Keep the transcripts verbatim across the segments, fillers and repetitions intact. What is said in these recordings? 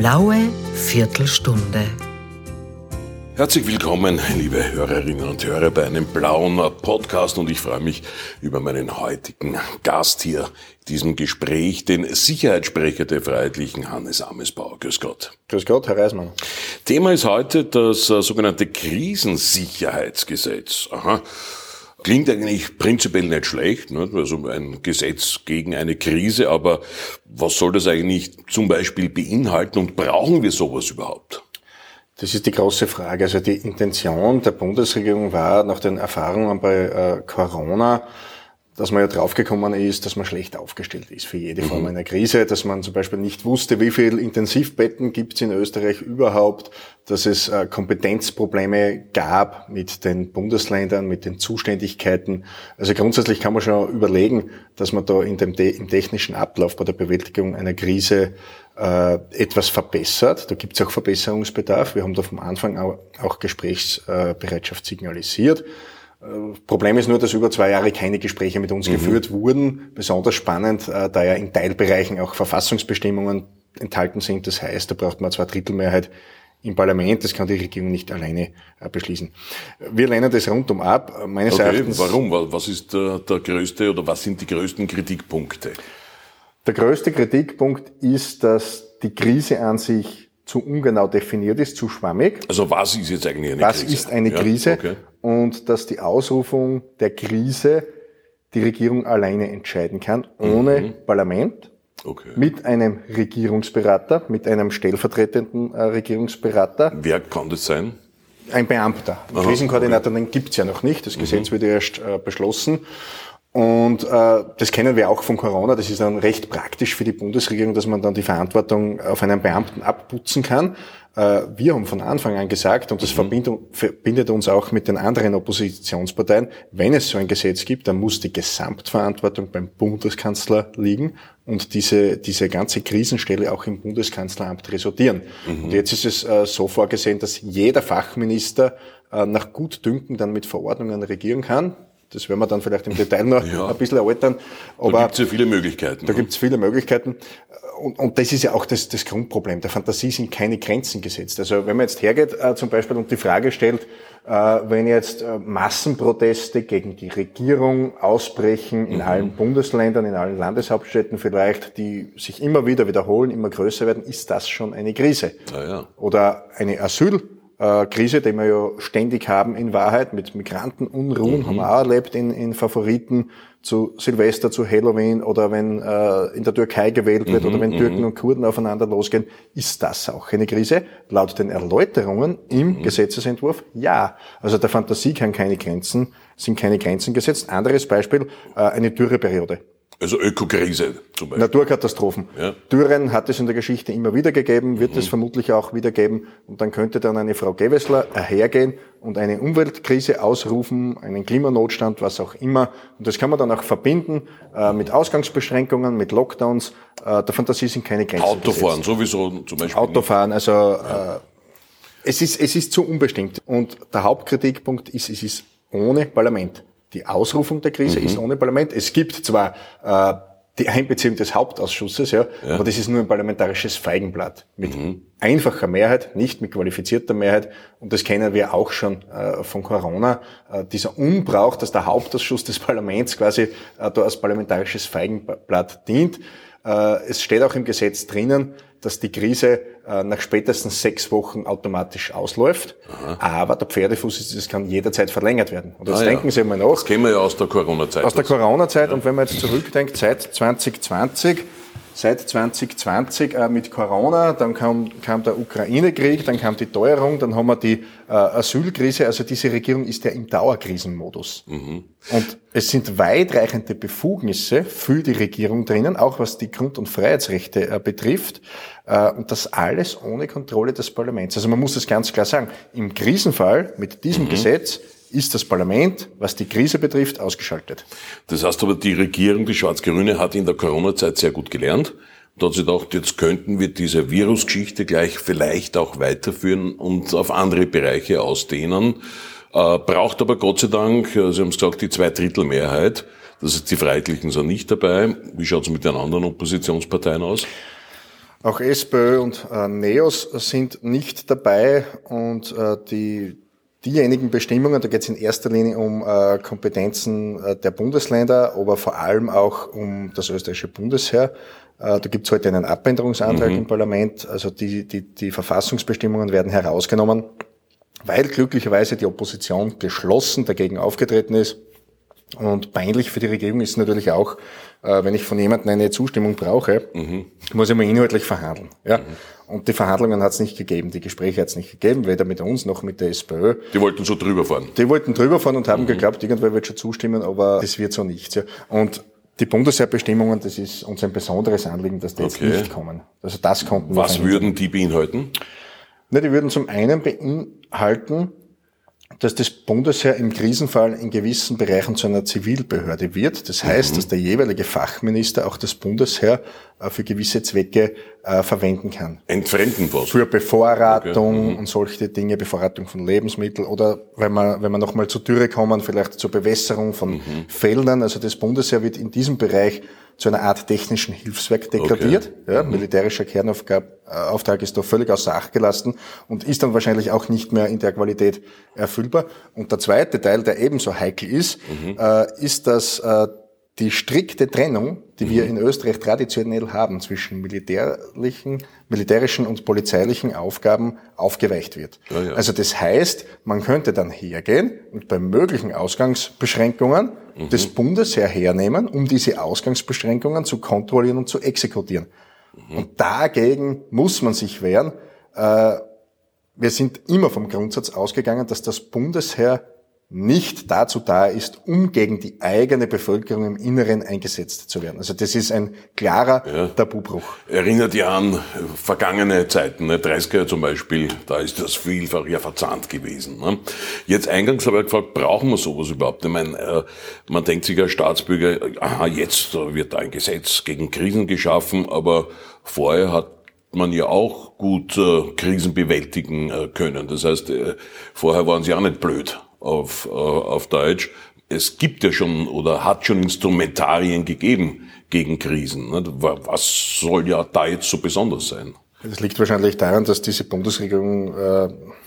blaue Viertelstunde. Herzlich willkommen, liebe Hörerinnen und Hörer, bei einem blauen Podcast, und ich freue mich über meinen heutigen Gast hier in diesem Gespräch, den Sicherheitssprecher der Freiheitlichen, Hannes Amesbauer. Grüß Gott. Grüß Gott, Herr Reismann. Thema ist heute das äh, sogenannte Krisensicherheitsgesetz. Aha. Klingt eigentlich prinzipiell nicht schlecht, ne? Also ein Gesetz gegen eine Krise, aber was soll das eigentlich zum Beispiel beinhalten und brauchen wir sowas überhaupt? Das ist die große Frage. Also die Intention der Bundesregierung war nach den Erfahrungen bei äh, Corona, dass man ja draufgekommen ist, dass man schlecht aufgestellt ist für jede Form mhm. einer Krise, dass man zum Beispiel nicht wusste, wie viel Intensivbetten gibt es in Österreich überhaupt, dass es äh, Kompetenzprobleme gab mit den Bundesländern, mit den Zuständigkeiten. Also grundsätzlich kann man schon überlegen, dass man da in dem te- im technischen Ablauf bei der Bewältigung einer Krise äh, etwas verbessert. Da gibt es auch Verbesserungsbedarf. Wir haben da vom Anfang auch, auch Gesprächsbereitschaft signalisiert. Problem ist nur, dass über zwei Jahre keine Gespräche mit uns mhm. geführt wurden. Besonders spannend, da ja in Teilbereichen auch Verfassungsbestimmungen enthalten sind. Das heißt, da braucht man eine Zweidrittelmehrheit im Parlament. Das kann die Regierung nicht alleine beschließen. Wir lehnen das rundum ab. Meines okay, Erachtens. Warum? Was ist der, der größte oder was sind die größten Kritikpunkte? Der größte Kritikpunkt ist, dass die Krise an sich zu ungenau definiert ist, zu schwammig. Also was ist jetzt eigentlich eine was Krise? Was ist eine ja, Krise? Okay. Und dass die Ausrufung der Krise die Regierung alleine entscheiden kann, ohne mhm. Parlament, okay. mit einem Regierungsberater, mit einem stellvertretenden äh, Regierungsberater. Wer kann das sein? Ein Beamter. Aha, Krisenkoordinator, okay. Den gibt's ja noch nicht. Das Gesetz mhm. wird erst äh, beschlossen. Und äh, das kennen wir auch von Corona. Das ist dann recht praktisch für die Bundesregierung, dass man dann die Verantwortung auf einen Beamten abputzen kann. Äh, wir haben von Anfang an gesagt, und das mhm. verbindet, verbindet uns auch mit den anderen Oppositionsparteien, wenn es so ein Gesetz gibt, dann muss die Gesamtverantwortung beim Bundeskanzler liegen und diese diese ganze Krisenstelle auch im Bundeskanzleramt resultieren. Mhm. Und jetzt ist es äh, so vorgesehen, dass jeder Fachminister äh, nach Gutdünken dann mit Verordnungen regieren kann. Das werden wir dann vielleicht im Detail noch ja. ein bisschen erläutern. Aber da gibt es ja viele Möglichkeiten. Da ne? gibt es viele Möglichkeiten. Und, und das ist ja auch das, das Grundproblem. Der Fantasie sind keine Grenzen gesetzt. Also wenn man jetzt hergeht äh, zum Beispiel und die Frage stellt, äh, wenn jetzt äh, Massenproteste gegen die Regierung ausbrechen in mhm. allen Bundesländern, in allen Landeshauptstädten vielleicht, die sich immer wieder wiederholen, immer größer werden, ist das schon eine Krise? Ja, ja. Oder eine Asyl Krise, die wir ja ständig haben in Wahrheit, mit Migrantenunruhen, mhm. haben wir auch erlebt in, in Favoriten zu Silvester, zu Halloween oder wenn äh, in der Türkei gewählt wird mhm. oder wenn Türken mhm. und Kurden aufeinander losgehen, ist das auch eine Krise? Laut den Erläuterungen im mhm. Gesetzesentwurf ja. Also der Fantasie kann keine Grenzen, sind keine Grenzen gesetzt. Anderes Beispiel, äh, eine Dürreperiode. Also Ökokrise zum Beispiel. Naturkatastrophen. Ja. Dürren hat es in der Geschichte immer wieder gegeben, wird mhm. es vermutlich auch wieder geben. Und dann könnte dann eine Frau Gewessler hergehen und eine Umweltkrise ausrufen, einen Klimanotstand, was auch immer. Und das kann man dann auch verbinden äh, mit Ausgangsbeschränkungen, mit Lockdowns. Äh, der Fantasie sind keine Grenzen Autofahren gesetzt. sowieso zum Beispiel. Autofahren, also ja. äh, es ist es ist zu unbestimmt. Und der Hauptkritikpunkt ist, es ist ohne Parlament. Die Ausrufung der Krise mhm. ist ohne Parlament. Es gibt zwar äh, die Einbeziehung des Hauptausschusses, ja, ja, aber das ist nur ein parlamentarisches Feigenblatt mit mhm. einfacher Mehrheit, nicht mit qualifizierter Mehrheit. Und das kennen wir auch schon äh, von Corona. Äh, dieser Unbrauch, dass der Hauptausschuss des Parlaments quasi äh, da als parlamentarisches Feigenblatt dient. Äh, es steht auch im Gesetz drinnen, dass die Krise äh, nach spätestens sechs Wochen automatisch ausläuft. Aha. Aber der Pferdefuß ist, das kann jederzeit verlängert werden. Und jetzt ah, denken ja. Sie einmal nach. Das kennen wir ja aus der Corona-Zeit. Aus der Corona-Zeit. Ja. Und wenn man jetzt zurückdenkt, seit zwanzig zwanzig, seit zwanzig zwanzig äh, mit Corona, dann kam, kam der Ukraine-Krieg, dann kam die Teuerung, dann haben wir die äh, Asylkrise. Also diese Regierung ist ja im Dauerkrisenmodus. Mhm. Und es sind weitreichende Befugnisse für die Regierung drinnen, auch was die Grund- und Freiheitsrechte äh, betrifft. Äh, und das alles ohne Kontrolle des Parlaments. Also man muss das ganz klar sagen. Im Krisenfall mit diesem mhm. Gesetz ist das Parlament, was die Krise betrifft, ausgeschaltet. Das heißt aber, die Regierung, die Schwarz-Grüne, hat in der Corona-Zeit sehr gut gelernt und hat sich gedacht, jetzt könnten wir diese Virusgeschichte gleich vielleicht auch weiterführen und auf andere Bereiche ausdehnen. Äh, braucht aber Gott sei Dank, Sie haben es gesagt, die Zweidrittelmehrheit. Das heißt, die Freiheitlichen sind nicht dabei. Wie schaut es mit den anderen Oppositionsparteien aus? Auch SPÖ und äh, NEOS sind nicht dabei und äh, die diejenigen Bestimmungen, da geht es in erster Linie um äh, Kompetenzen äh, der Bundesländer, aber vor allem auch um das österreichische Bundesheer. Äh, da gibt es heute einen Abänderungsantrag mhm. im Parlament, also die, die, die Verfassungsbestimmungen werden herausgenommen, weil glücklicherweise die Opposition geschlossen dagegen aufgetreten ist. Und peinlich für die Regierung ist natürlich auch, äh, wenn ich von jemandem eine Zustimmung brauche, mhm. muss ich mal inhaltlich verhandeln. Ja? Mhm. Und die Verhandlungen hat es nicht gegeben, die Gespräche hat es nicht gegeben, weder mit uns noch mit der SPÖ. Die wollten so drüber fahren? Die wollten drüber fahren und haben mhm. geglaubt, irgendwer wird schon zustimmen, aber das wird so nichts. Ja? Und die Bundeswehrbestimmungen, das ist uns ein besonderes Anliegen, dass die okay. jetzt nicht kommen. Also das konnten wir Was verhindern. Würden die beinhalten? Na, die würden zum einen beinhalten, dass das Bundesheer im Krisenfall in gewissen Bereichen zu einer Zivilbehörde wird. Das heißt, mhm. dass der jeweilige Fachminister auch das Bundesheer äh, für gewisse Zwecke äh, verwenden kann. Entfremden was? Für Bevorratung okay. mhm. und solche Dinge, Bevorratung von Lebensmitteln oder wenn man, wenn man nochmal zur Dürre kommen, vielleicht zur Bewässerung von mhm. Feldern. Also das Bundesheer wird in diesem Bereich zu einer Art technischen Hilfswerk degradiert. Okay. Ja, mhm. Militärischer Kernauftrag ist da völlig außer Acht gelassen und ist dann wahrscheinlich auch nicht mehr in der Qualität erfüllbar. Und der zweite Teil, der ebenso heikel ist, mhm. äh, ist, dass äh, die strikte Trennung, die mhm. wir in Österreich traditionell haben zwischen militärlichen, militärischen und polizeilichen Aufgaben aufgeweicht wird. Ja, ja. Also das heißt, man könnte dann hergehen und bei möglichen Ausgangsbeschränkungen mhm. des Bundesheer hernehmen, um diese Ausgangsbeschränkungen zu kontrollieren und zu exekutieren. Mhm. Und dagegen muss man sich wehren. Äh, wir sind immer vom Grundsatz ausgegangen, dass das Bundesheer nicht dazu da ist, um gegen die eigene Bevölkerung im Inneren eingesetzt zu werden. Also das ist ein klarer ja. Tabubruch. Erinnert ja an vergangene Zeiten, ne? dreißiger zum Beispiel, da ist das vielfach ja verzahnt gewesen. Ne? Jetzt eingangs habe ich gefragt, brauchen wir sowas überhaupt? Ich meine, äh, man denkt sich als Staatsbürger, aha, jetzt wird da ein Gesetz gegen Krisen geschaffen, aber vorher hat man ja auch gut äh, Krisen bewältigen äh, können. Das heißt, äh, vorher waren sie auch nicht blöd. Auf, äh, auf Deutsch. Es gibt ja schon oder hat schon Instrumentarien gegeben gegen Krisen. Ne? Was soll ja da jetzt so besonders sein? Das liegt wahrscheinlich daran, dass diese Bundesregierung äh,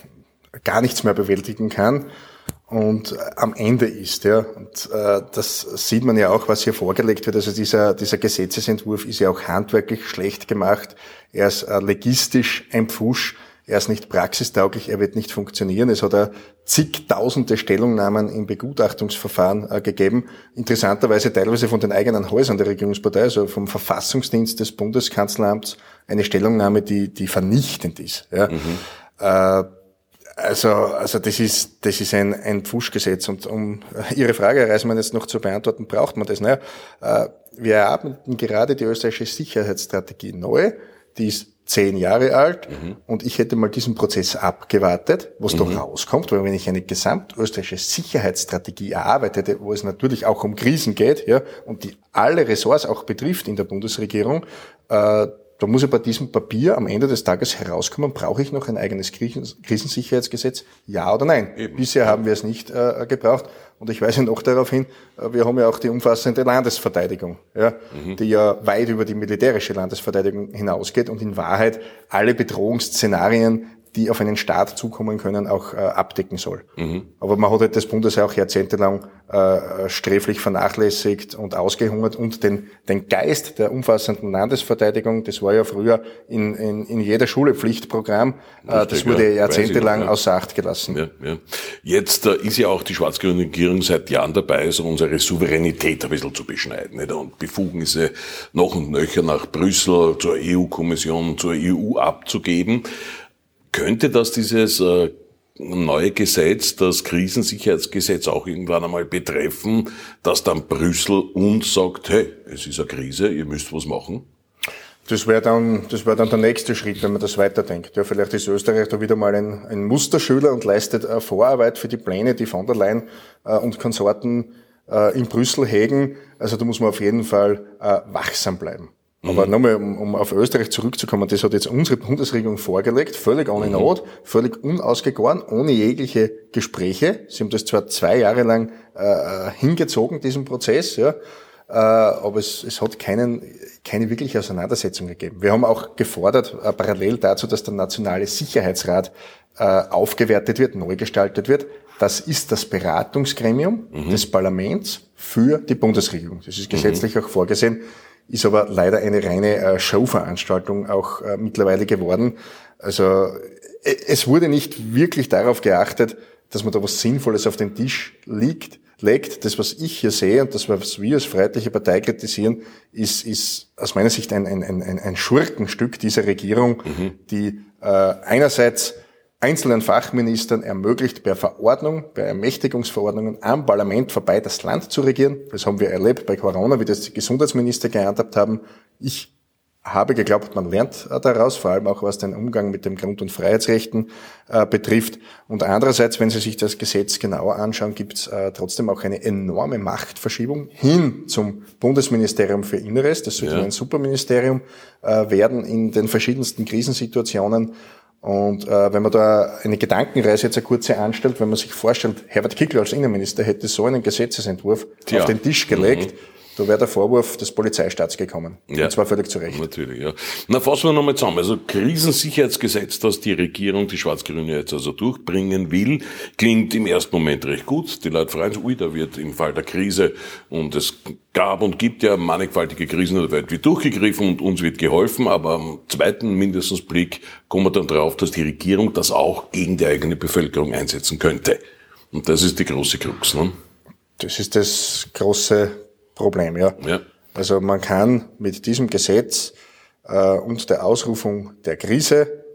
gar nichts mehr bewältigen kann und äh, am Ende ist. Ja. Und äh, das sieht man ja auch, was hier vorgelegt wird. Also dieser, dieser Gesetzesentwurf ist ja auch handwerklich schlecht gemacht. Er ist äh, legistisch ein Pfusch. Er ist nicht praxistauglich, er wird nicht funktionieren. Es hat ja zigtausende Stellungnahmen im Begutachtungsverfahren äh, gegeben. Interessanterweise teilweise von den eigenen Häusern der Regierungspartei, also vom Verfassungsdienst des Bundeskanzleramts, eine Stellungnahme, die, die vernichtend ist. Ja. Mhm. Äh, also, also das ist, das ist ein, ein Pfuschgesetz. Und um Ihre Frage, Herr Reismann, jetzt noch zu beantworten, braucht man das? Naja, äh, wir erarbeiten gerade die österreichische Sicherheitsstrategie neu. Die ist zehn Jahre alt mhm. und ich hätte mal diesen Prozess abgewartet, was mhm. da rauskommt, weil wenn ich eine gesamtösterreichische Sicherheitsstrategie erarbeitete, wo es natürlich auch um Krisen geht, ja, und die alle Ressorts auch betrifft in der Bundesregierung, äh, da muss ja bei diesem Papier am Ende des Tages herauskommen, brauche ich noch ein eigenes Krisensicherheitsgesetz, ja oder nein? Eben. Bisher haben wir es nicht äh, gebraucht. Und ich weise noch darauf hin, wir haben ja auch die umfassende Landesverteidigung, ja, mhm. die ja weit über die militärische Landesverteidigung hinausgeht und in Wahrheit alle Bedrohungsszenarien, die auf einen Staat zukommen können, auch äh, abdecken soll. Mhm. Aber man hat halt das Bundesheer auch jahrzehntelang äh, sträflich vernachlässigt und ausgehungert und den, den Geist der umfassenden Landesverteidigung, das war ja früher in, in, in jeder Schule Pflichtprogramm, äh, Richtig, das wurde ja, jahrzehntelang ja. außer Acht gelassen. Ja, ja. Jetzt äh, ist ja auch die schwarz-grüne Regierung seit Jahren dabei, so unsere Souveränität ein bisschen zu beschneiden, nicht? Und Befugnisse noch und nöcher nach Brüssel, zur E U-Kommission, zur E U abzugeben. Könnte das dieses äh, neue Gesetz, das Krisensicherheitsgesetz, auch irgendwann einmal betreffen, dass dann Brüssel uns sagt, hey, es ist eine Krise, ihr müsst was machen? Das wäre dann, das wäre dann der nächste Schritt, wenn man das weiterdenkt. Ja, vielleicht ist Österreich da wieder mal ein, ein Musterschüler und leistet äh, Vorarbeit für die Pläne, die von der Leyen äh, und Konsorten äh, in Brüssel hegen. Also da muss man auf jeden Fall äh, wachsam bleiben. Aber nochmal, um, um auf Österreich zurückzukommen, das hat jetzt unsere Bundesregierung vorgelegt, völlig ohne Not, völlig unausgegoren, ohne jegliche Gespräche. Sie haben das zwar zwei Jahre lang äh, hingezogen, diesen Prozess, ja, äh, aber es, es hat keinen, keine wirkliche Auseinandersetzung gegeben. Wir haben auch gefordert, äh, parallel dazu, dass der Nationale Sicherheitsrat äh, aufgewertet wird, neu gestaltet wird. Das ist das Beratungsgremium mhm. des Parlaments für die Bundesregierung. Das ist gesetzlich mhm. auch vorgesehen, ist aber leider eine reine äh, Showveranstaltung auch äh, mittlerweile geworden. Also äh, es wurde nicht wirklich darauf geachtet, dass man da was Sinnvolles auf den Tisch liegt, legt. Das, was ich hier sehe und das, was wir als Freiheitliche Partei kritisieren, ist, ist aus meiner Sicht ein, ein, ein, ein Schurkenstück dieser Regierung, mhm. die äh, einerseits einzelnen Fachministern ermöglicht, per Verordnung, per Ermächtigungsverordnungen am Parlament vorbei das Land zu regieren. Das haben wir erlebt bei Corona, wie das die Gesundheitsminister gehandhabt haben. Ich habe geglaubt, man lernt daraus, vor allem auch was den Umgang mit den Grund- und Freiheitsrechten äh, betrifft. Und andererseits, wenn Sie sich das Gesetz genauer anschauen, gibt es äh, trotzdem auch eine enorme Machtverschiebung hin zum Bundesministerium für Inneres. Das sollte ja. ein Superministerium äh, werden in den verschiedensten Krisensituationen. Und äh, wenn man da eine Gedankenreise jetzt eine kurze anstellt, wenn man sich vorstellt, Herbert Kickl als Innenminister hätte so einen Gesetzesentwurf Tja. auf den Tisch gelegt, mhm. da wäre der Vorwurf des Polizeistaats gekommen. Ja. Und zwar völlig zu Recht. Natürlich, ja. Na, fassen wir nochmal zusammen. Also Krisensicherheitsgesetz, das die Regierung, die Schwarz-Grüne jetzt also durchbringen will, klingt im ersten Moment recht gut. Die Leute freuen sich, ui, da wird im Fall der Krise, und es gab und gibt ja mannigfaltige Krisen, da wird durchgegriffen und uns wird geholfen, aber am zweiten mindestens Blick kommen wir dann drauf, dass die Regierung das auch gegen die eigene Bevölkerung einsetzen könnte. Und das ist die große Krux, ne? Das ist das große Problem, ja. ja. Also man kann mit diesem Gesetz äh, und der Ausrufung der Krise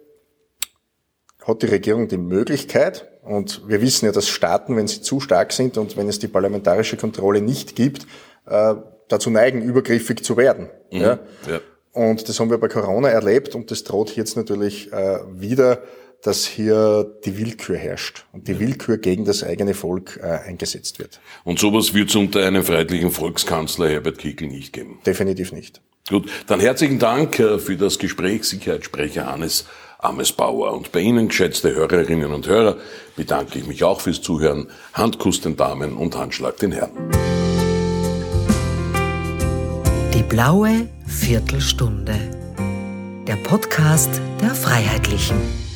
hat die Regierung die Möglichkeit, und wir wissen ja, dass Staaten, wenn sie zu stark sind und wenn es die parlamentarische Kontrolle nicht gibt, äh, dazu neigen, übergriffig zu werden. Mhm. Ja? Ja. Und das haben wir bei Corona erlebt, und das droht jetzt natürlich äh, wieder, dass hier die Willkür herrscht und die Willkür gegen das eigene Volk äh, eingesetzt wird. Und sowas wird es unter einem freiheitlichen Volkskanzler Herbert Kickl nicht geben? Definitiv nicht. Gut, dann herzlichen Dank für das Gespräch, Sicherheitssprecher Hannes Amesbauer. Und bei Ihnen, geschätzte Hörerinnen und Hörer, bedanke ich mich auch fürs Zuhören. Handkuss den Damen und Handschlag den Herren. Die blaue Viertelstunde. Der Podcast der Freiheitlichen.